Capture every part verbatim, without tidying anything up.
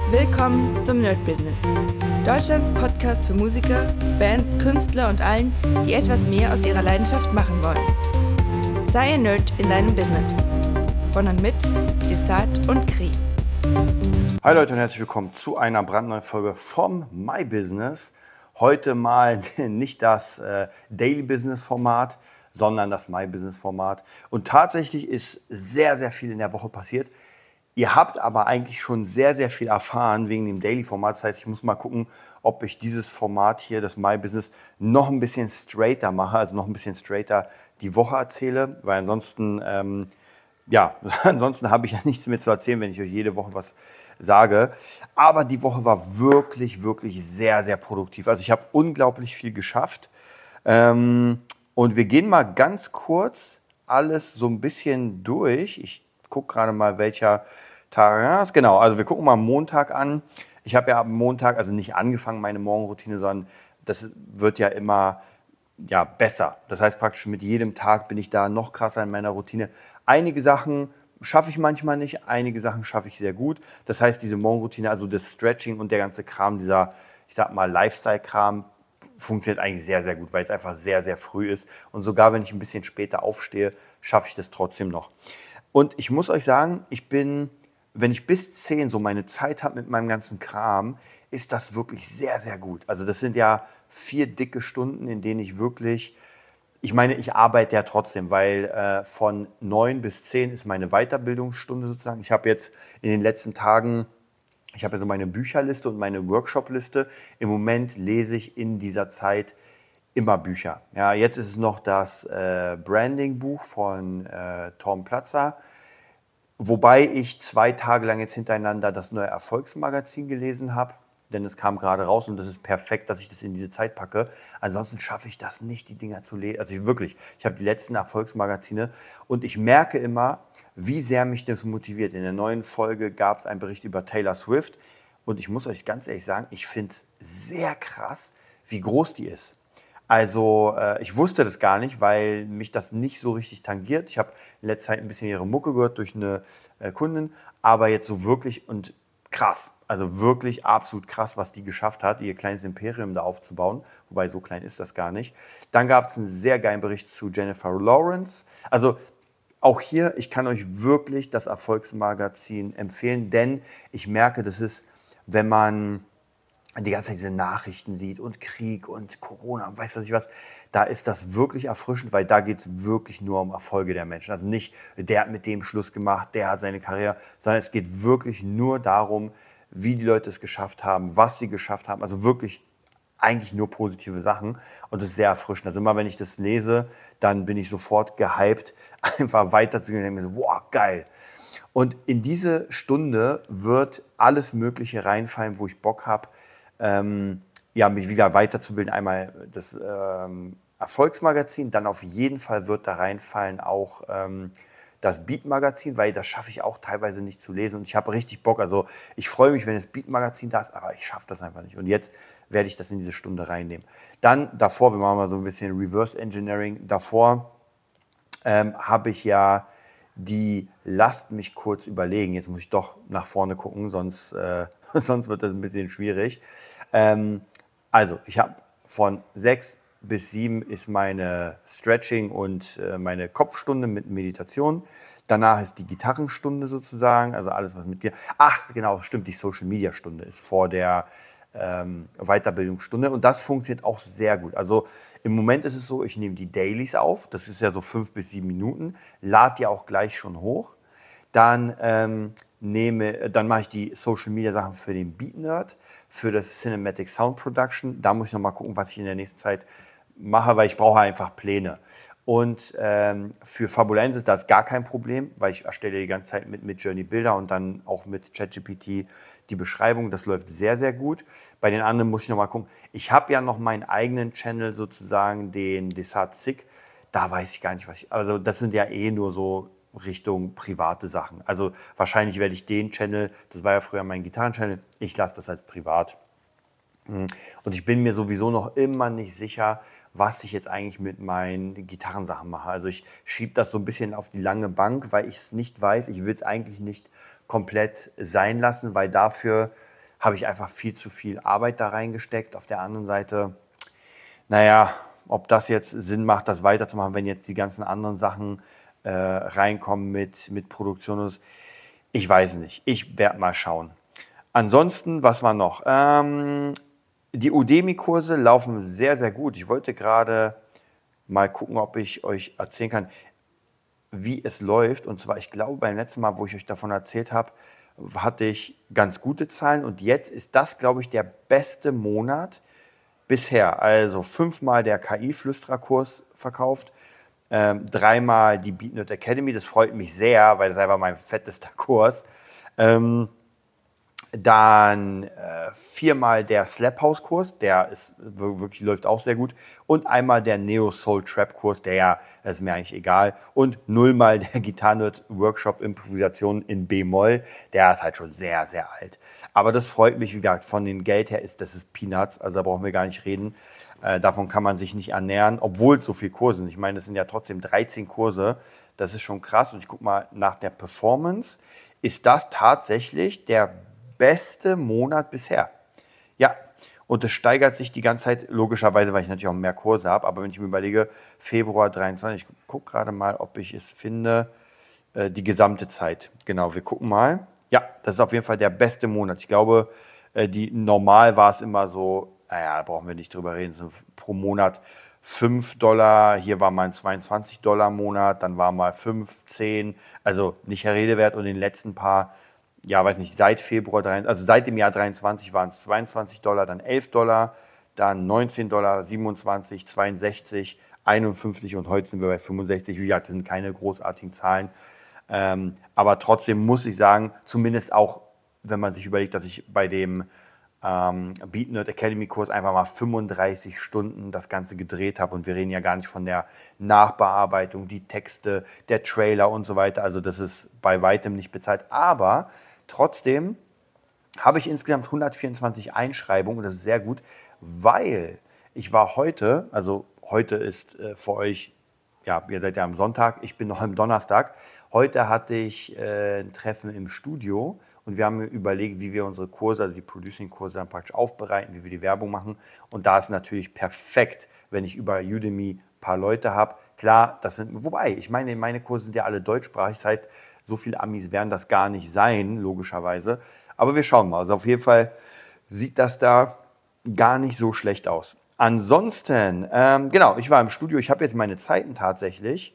Willkommen zum Nerd Business. Deutschlands Podcast für Musiker, Bands, Künstler und allen, die etwas mehr aus ihrer Leidenschaft machen wollen. Sei ein Nerd in deinem Business. Von und mit Desart und Kri. Hi Leute und herzlich willkommen zu einer brandneuen Folge vom My Business. Heute mal nicht das äh, Daily Business Format, sondern das My Business Format. Und tatsächlich ist sehr, sehr viel in der Woche passiert. Ihr habt aber eigentlich schon sehr, sehr viel erfahren wegen dem Daily-Format. Das heißt, ich muss mal gucken, ob ich dieses Format hier, das My Business, noch ein bisschen straighter mache, also noch ein bisschen straighter die Woche erzähle, weil ansonsten, ähm, ja, ansonsten habe ich ja nichts mehr zu erzählen, wenn ich euch jede Woche was sage. Aber die Woche war wirklich, wirklich sehr, sehr produktiv. Also ich habe unglaublich viel geschafft. Ähm, und wir gehen mal ganz kurz alles so ein bisschen durch. Ich gucke gerade mal, welcher Tag ist. Genau, also wir gucken mal Montag an. Ich habe ja am Montag, also nicht angefangen, meine Morgenroutine, sondern das wird ja immer ja, besser. Das heißt praktisch mit jedem Tag bin ich da noch krasser in meiner Routine. Einige Sachen schaffe ich manchmal nicht, einige Sachen schaffe ich sehr gut. Das heißt, diese Morgenroutine, also das Stretching und der ganze Kram, dieser, ich sag mal, Lifestyle-Kram, funktioniert eigentlich sehr, sehr gut, weil es einfach sehr, sehr früh ist. Und sogar wenn ich ein bisschen später aufstehe, schaffe ich das trotzdem noch. Und ich muss euch sagen, ich bin, wenn ich bis zehn so meine Zeit habe mit meinem ganzen Kram, ist das wirklich sehr, sehr gut. Also das sind ja vier dicke Stunden, in denen ich wirklich, ich meine, ich arbeite ja trotzdem, weil äh, von neun bis zehn ist meine Weiterbildungsstunde sozusagen. Ich habe jetzt in den letzten Tagen, ich habe ja so meine Bücherliste und meine Workshopliste. Im Moment lese ich in dieser Zeit immer Bücher. Ja, jetzt ist es noch das äh, Branding-Buch von äh, Tom Platzer, wobei ich zwei Tage lang jetzt hintereinander das neue Erfolgsmagazin gelesen habe, denn es kam gerade raus und das ist perfekt, dass ich das in diese Zeit packe. Ansonsten schaffe ich das nicht, die Dinger zu lesen. Also ich, wirklich, ich habe die letzten Erfolgsmagazine und ich merke immer, wie sehr mich das motiviert. In der neuen Folge gab es einen Bericht über Taylor Swift und ich muss euch ganz ehrlich sagen, ich finde es sehr krass, wie groß die ist. Also äh, ich wusste das gar nicht, weil mich das nicht so richtig tangiert. Ich habe in letzter Zeit ein bisschen ihre Mucke gehört durch eine äh, Kundin, aber jetzt so wirklich und krass, also wirklich absolut krass, was die geschafft hat, ihr kleines Imperium da aufzubauen, wobei so klein ist das gar nicht. Dann gab es einen sehr geilen Bericht zu Jennifer Lawrence. Also auch hier, ich kann euch wirklich das Erfolgsmagazin empfehlen, denn ich merke, das ist, wenn man die ganze Zeit diese Nachrichten sieht und Krieg und Corona und weiß ich was, da ist das wirklich erfrischend, weil da geht es wirklich nur um Erfolge der Menschen. Also nicht, der hat mit dem Schluss gemacht, der hat seine Karriere, sondern es geht wirklich nur darum, wie die Leute es geschafft haben, was sie geschafft haben. Also wirklich eigentlich nur positive Sachen und das ist sehr erfrischend. Also immer, wenn ich das lese, dann bin ich sofort gehypt, einfach weiterzugehen und denke mir so, wow, geil. Und in diese Stunde wird alles Mögliche reinfallen, wo ich Bock habe, Ähm, ja, mich wieder weiterzubilden. Einmal das ähm, Erfolgsmagazin, dann auf jeden Fall wird da reinfallen auch ähm, das Beat-Magazin, weil das schaffe ich auch teilweise nicht zu lesen und ich habe richtig Bock. Also ich freue mich, wenn das Beat-Magazin da ist, aber ich schaffe das einfach nicht. Und jetzt werde ich das in diese Stunde reinnehmen. Dann davor, wir machen mal so ein bisschen Reverse Engineering, davor ähm, habe ich ja die Lasst mich kurz überlegen. Jetzt muss ich doch nach vorne gucken, sonst, äh, sonst wird das ein bisschen schwierig. Ähm, also, ich habe von sechs bis sieben ist meine Stretching und äh, meine Kopfstunde mit Meditation. Danach ist die Gitarrenstunde sozusagen, also alles, was mit... Ach, genau, stimmt, die Social-Media-Stunde ist vor der ähm, Weiterbildungsstunde und das funktioniert auch sehr gut. Also im Moment ist es so, ich nehme die Dailies auf, das ist ja so fünf bis sieben Minuten, lade die auch gleich schon hoch. Dann, ähm, nehme, dann mache ich die Social Media Sachen für den Beat Nerd, für das Cinematic Sound Production. Da muss ich noch mal gucken, was ich in der nächsten Zeit mache, weil ich brauche einfach Pläne. Und ähm, für Fabulensis, da ist gar kein Problem, weil ich erstelle die ganze Zeit mit Midjourney Bilder und dann auch mit ChatGPT die Beschreibung. Das läuft sehr, sehr gut. Bei den anderen muss ich noch mal gucken. Ich habe ja noch meinen eigenen Channel sozusagen, den Desart Sick. Da weiß ich gar nicht, was ich... Also das sind ja eh nur so Richtung private Sachen. Also wahrscheinlich werde ich den Channel, das war ja früher mein Gitarren-Channel, ich lasse das als privat. Und ich bin mir sowieso noch immer nicht sicher, was ich jetzt eigentlich mit meinen Gitarrensachen mache. Also ich schiebe das so ein bisschen auf die lange Bank, weil ich es nicht weiß. Ich will es eigentlich nicht komplett sein lassen, weil dafür habe ich einfach viel zu viel Arbeit da reingesteckt. Auf der anderen Seite, naja, ob das jetzt Sinn macht, das weiterzumachen, wenn jetzt die ganzen anderen Sachen äh, reinkommen mit, mit Produktion. Und so. Ich weiß nicht. Ich werde mal schauen. Ansonsten, was war noch? Ähm, die Udemy-Kurse laufen sehr, sehr gut. Ich wollte gerade mal gucken, ob ich euch erzählen kann, wie es läuft. Und zwar, ich glaube, beim letzten Mal, wo ich euch davon erzählt habe, hatte ich ganz gute Zahlen. Und jetzt ist das, glaube ich, der beste Monat bisher. Also fünfmal der K I-Flüstererkurs verkauft, ähm, dreimal die BeatNerd Academy. Das freut mich sehr, weil das einfach mein fettester Kurs. Ähm, Dann äh, viermal der Slap House Kurs, der ist wirklich läuft auch sehr gut. Und einmal der Neo Soul Trap Kurs, der ja, das ist mir eigentlich egal. Und nullmal der Gitarrenerd Workshop Improvisation in B-Moll, der ist halt schon sehr, sehr alt. Aber das freut mich, wie gesagt, von dem Geld her ist das ist Peanuts, also da brauchen wir gar nicht reden. Äh, davon kann man sich nicht ernähren, obwohl es so viele Kurse sind. Ich meine, das sind ja trotzdem dreizehn Kurse, das ist schon krass. Und ich gucke mal nach der Performance, ist das tatsächlich der beste Monat bisher. Ja, und es steigert sich die ganze Zeit, logischerweise, weil ich natürlich auch mehr Kurse habe. Aber wenn ich mir überlege, Februar dreiundzwanzig, ich gucke gerade mal, ob ich es finde, äh, die gesamte Zeit. Genau, wir gucken mal. Ja, das ist auf jeden Fall der beste Monat. Ich glaube, äh, die, normal war es immer so, naja, da brauchen wir nicht drüber reden, so pro Monat fünf Dollar, hier war mal ein zweiundzwanzig Dollar Monat, dann war mal fünf, zehn, also nicht Herr Redewert. Und in den letzten paar ja, weiß nicht, seit Februar, also seit dem Jahr dreiundzwanzig waren es zweiundzwanzig Dollar, dann elf Dollar, dann neunzehn Dollar, siebenundzwanzig, zweiundsechzig, einundfünfzig und heute sind wir bei fünfundsechzig. Wie gesagt, das sind keine großartigen Zahlen. Ähm, aber trotzdem muss ich sagen, zumindest auch, wenn man sich überlegt, dass ich bei dem ähm, BeatNerd Academy Kurs einfach mal fünfunddreißig Stunden das Ganze gedreht habe. Und wir reden ja gar nicht von der Nachbearbeitung, die Texte, der Trailer und so weiter. Also das ist bei weitem nicht bezahlt. Aber trotzdem habe ich insgesamt hundertvierundzwanzig Einschreibungen und das ist sehr gut, weil ich war heute, also heute ist äh, für euch, ja, ihr seid ja am Sonntag, ich bin noch am Donnerstag. Heute hatte ich äh, ein Treffen im Studio und wir haben überlegt, wie wir unsere Kurse, also die Producing-Kurse dann praktisch aufbereiten, wie wir die Werbung machen. Und da ist natürlich perfekt, wenn ich über Udemy ein paar Leute habe. Klar, das sind, wobei, ich meine, meine Kurse sind ja alle deutschsprachig, das heißt, so viele Amis werden das gar nicht sein, logischerweise. Aber wir schauen mal. Also auf jeden Fall sieht das da gar nicht so schlecht aus. Ansonsten, ähm, genau, ich war im Studio, ich habe jetzt meine Zeiten tatsächlich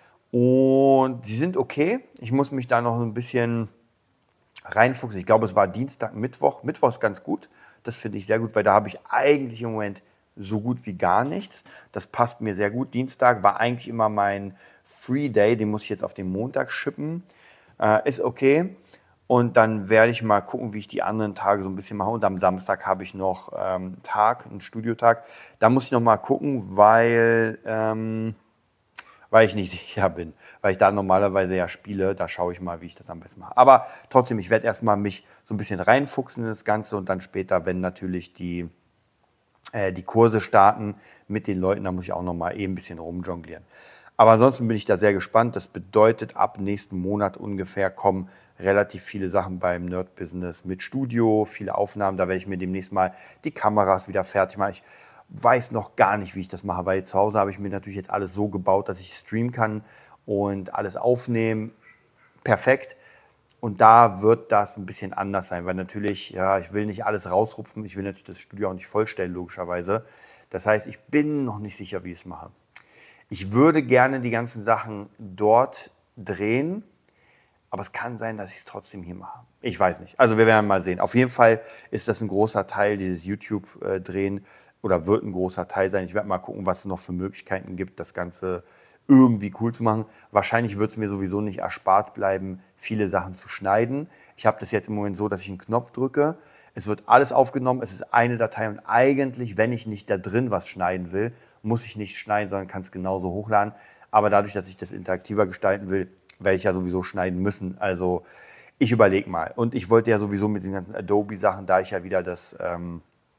und sie sind okay. Ich muss mich da noch ein bisschen reinfuchsen. Ich glaube, es war Dienstag, Mittwoch. Mittwoch ist ganz gut. Das finde ich sehr gut, weil da habe ich eigentlich im Moment so gut wie gar nichts. Das passt mir sehr gut. Dienstag war eigentlich immer mein Free Day, den muss ich jetzt auf den Montag schippen. Äh, ist okay. Und dann werde ich mal gucken, wie ich die anderen Tage so ein bisschen mache. Und am Samstag habe ich noch ähm, Tag, einen Studiotag. Da muss ich noch mal gucken, weil, ähm, weil ich nicht sicher bin. Weil ich da normalerweise ja spiele. Da schaue ich mal, wie ich das am besten mache. Aber trotzdem, ich werde erstmal mich so ein bisschen reinfuchsen in das Ganze. Und dann später, wenn natürlich die, äh, die Kurse starten mit den Leuten, da muss ich auch noch mal eben ein bisschen rumjonglieren. Aber ansonsten bin ich da sehr gespannt. Das bedeutet, ab nächsten Monat ungefähr kommen relativ viele Sachen beim Nerd-Business mit Studio, viele Aufnahmen. Da werde ich mir demnächst mal die Kameras wieder fertig machen. Ich weiß noch gar nicht, wie ich das mache, weil zu Hause habe ich mir natürlich jetzt alles so gebaut, dass ich streamen kann und alles aufnehmen. Perfekt. Und da wird das ein bisschen anders sein, weil natürlich, ja, ich will nicht alles rausrupfen. Ich will natürlich das Studio auch nicht vollstellen, logischerweise. Das heißt, ich bin noch nicht sicher, wie ich es mache. Ich würde gerne die ganzen Sachen dort drehen, aber es kann sein, dass ich es trotzdem hier mache. Ich weiß nicht. Also wir werden mal sehen. Auf jeden Fall ist das ein großer Teil dieses YouTube-Drehen oder wird ein großer Teil sein. Ich werde mal gucken, was es noch für Möglichkeiten gibt, das Ganze irgendwie cool zu machen. Wahrscheinlich wird es mir sowieso nicht erspart bleiben, viele Sachen zu schneiden. Ich habe das jetzt im Moment so, dass ich einen Knopf drücke. Es wird alles aufgenommen, es ist eine Datei und eigentlich, wenn ich nicht da drin was schneiden will, muss ich nicht schneiden, sondern kann es genauso hochladen. Aber dadurch, dass ich das interaktiver gestalten will, werde ich ja sowieso schneiden müssen. Also ich überlege mal. Und ich wollte ja sowieso mit den ganzen Adobe-Sachen, da ich ja wieder das, ähm,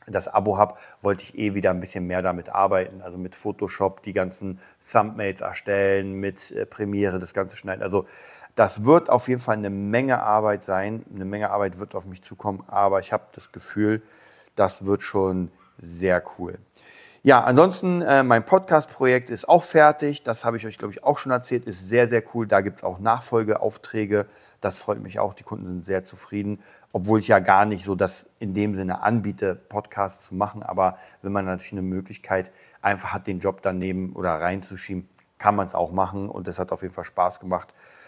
das Abo habe, wollte ich eh wieder ein bisschen mehr damit arbeiten. Also mit Photoshop, die ganzen Thumbnails erstellen, mit äh, Premiere, das Ganze schneiden. Also das wird auf jeden Fall eine Menge Arbeit sein. Eine Menge Arbeit wird auf mich zukommen. Aber ich habe das Gefühl, das wird schon sehr cool. Ja, ansonsten, äh, mein Podcast-Projekt ist auch fertig. Das habe ich euch, glaube ich, auch schon erzählt. Ist sehr, sehr cool. Da gibt es auch Nachfolgeaufträge. Das freut mich auch. Die Kunden sind sehr zufrieden. Obwohl ich ja gar nicht so das in dem Sinne anbiete, Podcasts zu machen. Aber wenn man natürlich eine Möglichkeit einfach hat, den Job daneben oder reinzuschieben, kann man es auch machen. Und das hat auf jeden Fall Spaß gemacht.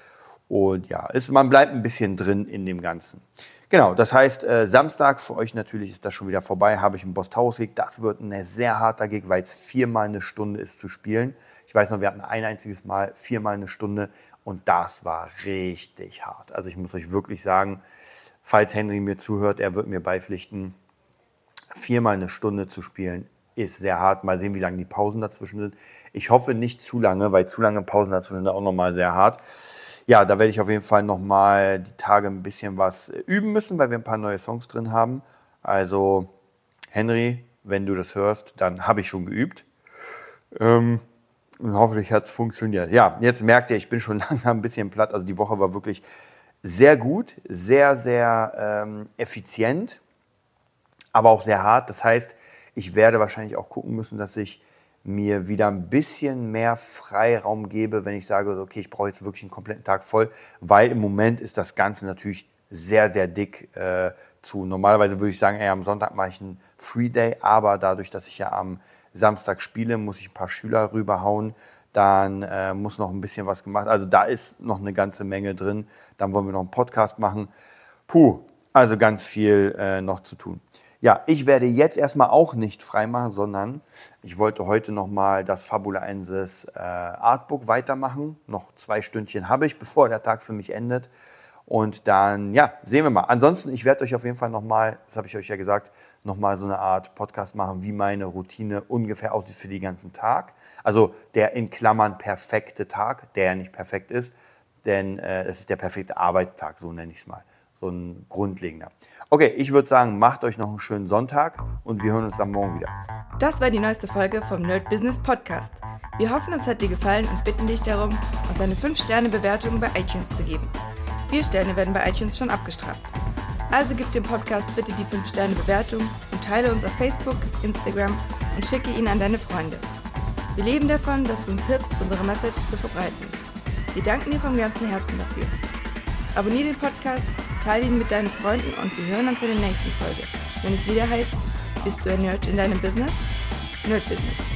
Und ja, ist, man bleibt ein bisschen drin in dem Ganzen. Genau, das heißt, äh, Samstag, für euch natürlich ist das schon wieder vorbei, habe ich einen Bostaurus-Gig. Das wird ein sehr harter Gig, weil es viermal eine Stunde ist zu spielen. Ich weiß noch, wir hatten ein einziges Mal viermal eine Stunde und das war richtig hart. Also ich muss euch wirklich sagen, falls Henry mir zuhört, er wird mir beipflichten, viermal eine Stunde zu spielen ist sehr hart. Mal sehen, wie lange die Pausen dazwischen sind. Ich hoffe nicht zu lange, weil zu lange Pausen dazwischen sind auch nochmal sehr hart. Ja, da werde ich auf jeden Fall nochmal die Tage ein bisschen was üben müssen, weil wir ein paar neue Songs drin haben. Also, Henry, wenn du das hörst, dann habe ich schon geübt. Ähm, und hoffentlich hat es funktioniert. Ja, jetzt merkt ihr, ich bin schon langsam ein bisschen platt. Also die Woche war wirklich sehr gut, sehr, sehr ähm, effizient, aber auch sehr hart. Das heißt, ich werde wahrscheinlich auch gucken müssen, dass ich mir wieder ein bisschen mehr Freiraum gebe, wenn ich sage, okay, ich brauche jetzt wirklich einen kompletten Tag voll, weil im Moment ist das Ganze natürlich sehr, sehr dick äh, zu. Normalerweise würde ich sagen, ey, am Sonntag mache ich einen Free Day, aber dadurch, dass ich ja am Samstag spiele, muss ich ein paar Schüler rüberhauen, dann äh, muss noch ein bisschen was gemacht. Also da ist noch eine ganze Menge drin. Dann wollen wir noch einen Podcast machen. Puh, also ganz viel äh, noch zu tun. Ja, ich werde jetzt erstmal auch nicht freimachen, sondern ich wollte heute nochmal das Fabulaensis äh, Artbook weitermachen. Noch zwei Stündchen habe ich, bevor der Tag für mich endet. Und dann, ja, sehen wir mal. Ansonsten, ich werde euch auf jeden Fall nochmal, das habe ich euch ja gesagt, nochmal so eine Art Podcast machen, wie meine Routine ungefähr aussieht für den ganzen Tag. Also der in Klammern perfekte Tag, der ja nicht perfekt ist, denn äh, es ist der perfekte Arbeitstag, so nenne ich es mal. So ein grundlegender. Okay, ich würde sagen, macht euch noch einen schönen Sonntag und wir hören uns dann morgen wieder. Das war die neueste Folge vom Nerd Business Podcast. Wir hoffen, es hat dir gefallen und bitten dich darum, uns eine fünf Sterne Bewertung bei iTunes zu geben. Vier Sterne werden bei iTunes schon abgestraft. Also gib dem Podcast bitte die fünf Sterne Bewertung und teile uns auf Facebook, Instagram und schicke ihn an deine Freunde. Wir leben davon, dass du uns hilfst, unsere Message zu verbreiten. Wir danken dir vom ganzen Herzen dafür. Abonniere den Podcast, teile ihn mit deinen Freunden und wir hören uns in der nächsten Folge, wenn es wieder heißt, bist du ein Nerd in deinem Business? Nerd Business.